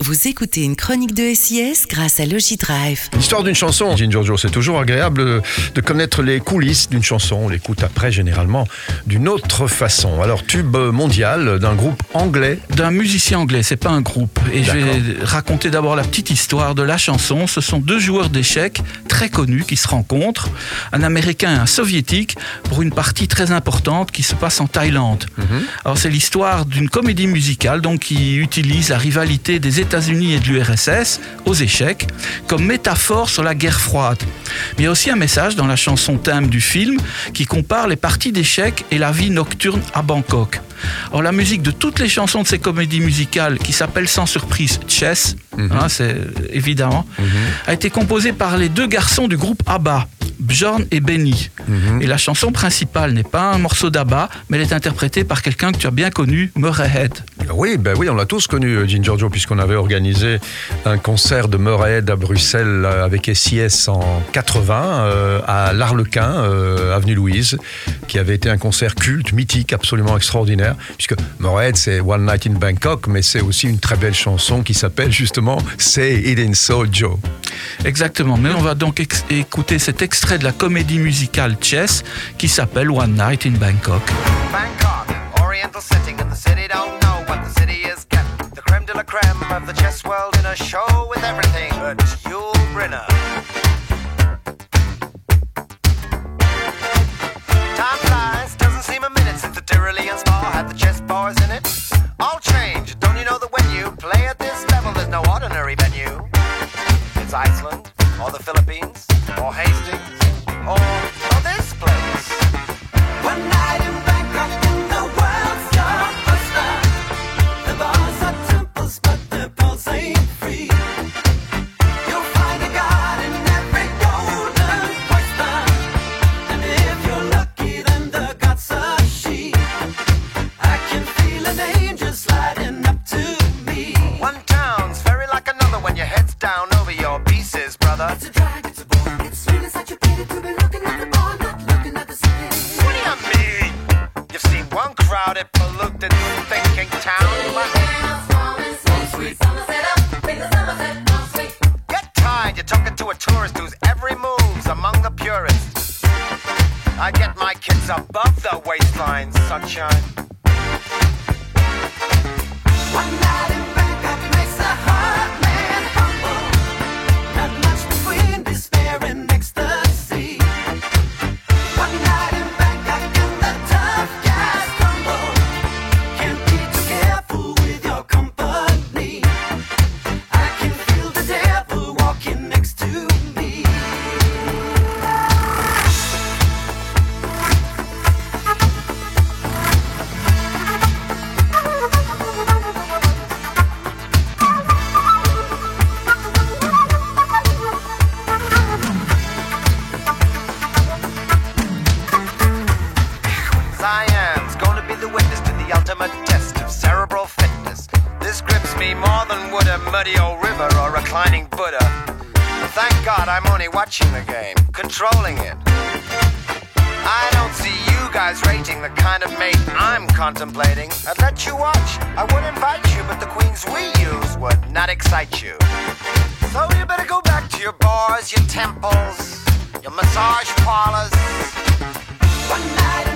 Vous écoutez une chronique de SIS grâce à Logidrive. L'histoire d'une chanson, Gin Giorgio, c'est toujours agréable de connaître les coulisses d'une chanson. On l'écoute après généralement d'une autre façon. Alors, tube mondial d'un groupe anglais. D'un musicien anglais, c'est pas un groupe. Et D'accord. je vais raconter d'abord la petite histoire de la chanson. Ce sont deux joueurs d'échecs très connus qui se rencontrent, un Américain et un Soviétique, pour une partie très importante qui se passe en Thaïlande. Alors c'est l'histoire d'une comédie musicale donc, qui utilise la rivalité des États-Unis et de l'URSS aux échecs comme métaphore sur la guerre froide. Mais il y a aussi un message dans la chanson thème du film qui compare les parties d'échecs et la vie nocturne à Bangkok. Alors la musique de toutes les chansons de ces comédies musicales, qui s'appelle sans surprise Chess, c'est évidemment, a été composée par les deux garçons du groupe ABBA, Björn et Benny. Et la chanson principale n'est pas un morceau d'ABBA, mais elle est interprétée par quelqu'un que tu as bien connu, Murray Head. Oui, on l'a tous connu, Gin Giorgio, puisqu'on avait organisé un concert de Murray Head à Bruxelles avec SIS en 80, à l'Arlequin, avenue Louise, qui avait été un concert culte, mythique, absolument extraordinaire, puisque Murray Head, c'est One Night in Bangkok, mais c'est aussi une très belle chanson qui s'appelle justement Say It Ain't So Joe. Exactement, mais on va donc écouter cet extrait de la comédie musicale Chess qui s'appelle One Night in Bangkok. Bangkok, oriental setting, and the city don't know what the city is getting. The creme de la creme of the chess world in a show with everything but Yul Brynner. Time flies, doesn't seem a minute since the Tyrolean spa had the chess bars in it. All change, don't you know that when you play at this level, there's no ordinary venue? It's Iceland, or the Philippines, or Hastings, or this place. One night in Bangkok in the world's your oyster. The bars are temples, but the pulse ain't free. You'll find a god in every golden oyster. And if you're lucky, then the god's a she. I can feel an angel sliding up to me. One town's very like another when your head's down over your pieces, brother. It's a drag, it's a bore, it's sweet and such a pity to be looking at the bar, not looking at the city. What do you mean? You've seen one crowded, polluted, thinking town. Get tired, you're talking to a tourist whose every move's among the purists. I get my kids above the waistline, sunshine. One night in Bangkok makes a heart man humble. Not much between despair and ecstasy. One night in Bangkok and the tough guys crumble. Can't be too careful with your company. I can feel the devil walking next to me. Cyan's gonna be the witness to the ultimate test of cerebral fitness. This grips me more than would a muddy old river or reclining Buddha. But thank God I'm only watching the game, controlling it. I don't see you guys rating the kind of mate I'm contemplating. I'd let you watch, I would invite you, but the queens we use would not excite you. So you better go back to your bars, your temples, your massage parlors. One night in